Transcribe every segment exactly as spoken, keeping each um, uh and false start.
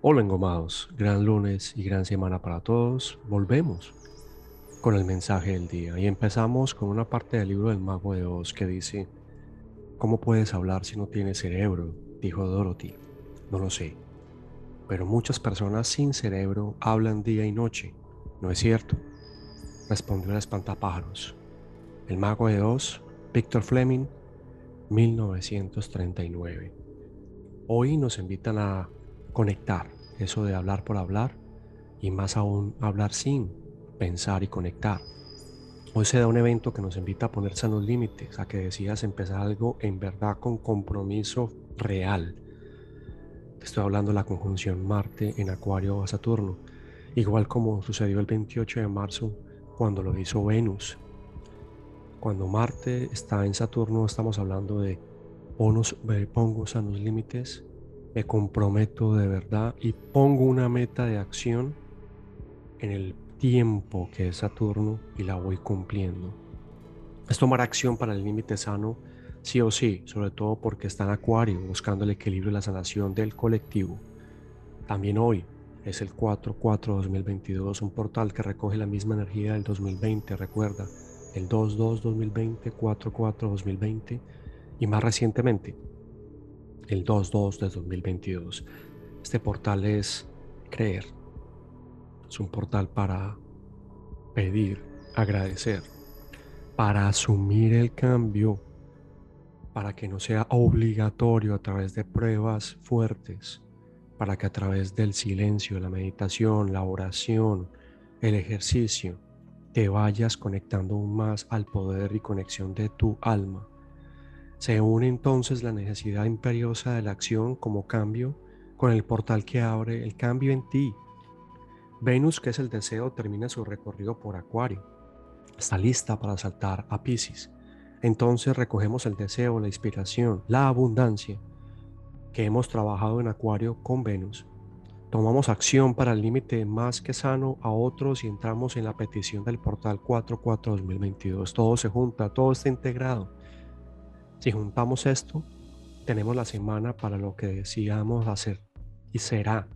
Hola engomados, gran lunes y gran semana para todos. Volvemos con el mensaje del día y empezamos con una parte del libro del Mago de Oz que dice: ¿Cómo puedes hablar si no tienes cerebro?, dijo Dorothy. No lo sé, pero muchas personas sin cerebro hablan día y noche. ¿No es cierto?, respondió el espantapájaros. El Mago de Oz, Victor Fleming, mil novecientos treinta y nueve. Hoy nos invitan a conectar, eso de hablar por hablar, y más aún hablar sin pensar y conectar. Hoy se da un evento que nos invita a poner sanos límites, a que decidas empezar algo en verdad con compromiso real. Te estoy hablando de la conjunción Marte en Acuario a Saturno, igual como sucedió el veintiocho de marzo cuando lo hizo Venus. Cuando Marte está en Saturno estamos hablando de ponos, me pongo sanos límites, me comprometo de verdad y pongo una meta de acción en el tiempo que es Saturno y la voy cumpliendo. Es tomar acción para el límite sano, sí o sí, sobre todo porque está en Acuario, buscando el equilibrio y la sanación del colectivo. También hoy es el cuatro cuatro dos mil veintidós, un portal que recoge la misma energía del dos mil veinte, recuerda, el dos dos dos mil veinte, cuatro cuatro dos mil veinte y más recientemente el dos dos de dos mil veintidós. Este portal es creer, es un portal para pedir, agradecer, para asumir el cambio, para que no sea obligatorio a través de pruebas fuertes, para que a través del silencio, la meditación, la oración, el ejercicio, te vayas conectando aún más al poder y conexión de tu alma. Se une entonces la necesidad imperiosa de la acción como cambio con el portal que abre el cambio en ti. Venus, que es el deseo, termina su recorrido por Acuario. Está lista para saltar a Piscis. Entonces recogemos el deseo, la inspiración, la abundancia que hemos trabajado en Acuario con Venus. Tomamos acción para el límite más que sano a otros y entramos en la petición del portal cuatro cuatro dos mil veintidós. Todo se junta, todo está integrado. Si juntamos esto, tenemos la semana para lo que deseamos hacer y será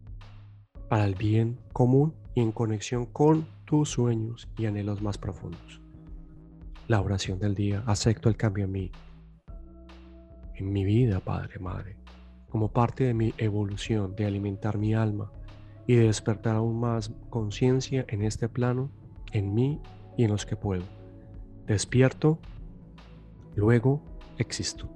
para el bien común y en conexión con tus sueños y anhelos más profundos. La oración del día: acepto el cambio en mí, en mi vida, Padre, Madre, como parte de mi evolución de alimentar mi alma y de despertar aún más conciencia en este plano, en mí y en los que puedo. Despierto, luego existo.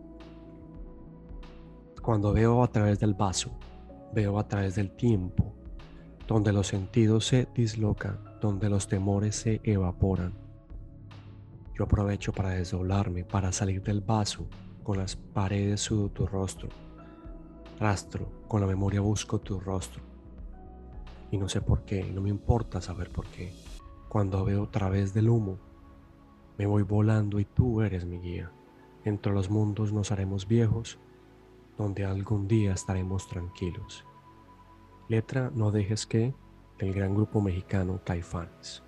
Cuando veo a través del vaso, veo a través del tiempo, donde los sentidos se dislocan, donde los temores se evaporan. Yo aprovecho para desdoblarme, para salir del vaso. Con las paredes sudo tu rostro, rastro, con la memoria busco tu rostro. Y no sé por qué, no me importa saber por qué. Cuando veo a través del humo, me voy volando y tú eres mi guía. Entre los mundos nos haremos viejos, donde algún día estaremos tranquilos. Letra No dejes que, del gran grupo mexicano Caifanes.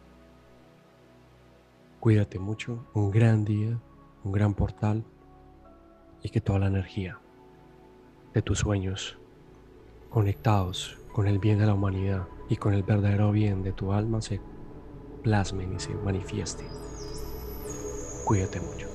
Cuídate mucho, un gran día, un gran portal y que toda la energía de tus sueños conectados con el bien de la humanidad y con el verdadero bien de tu alma se plasmen y se manifiesten. Cuídate mucho.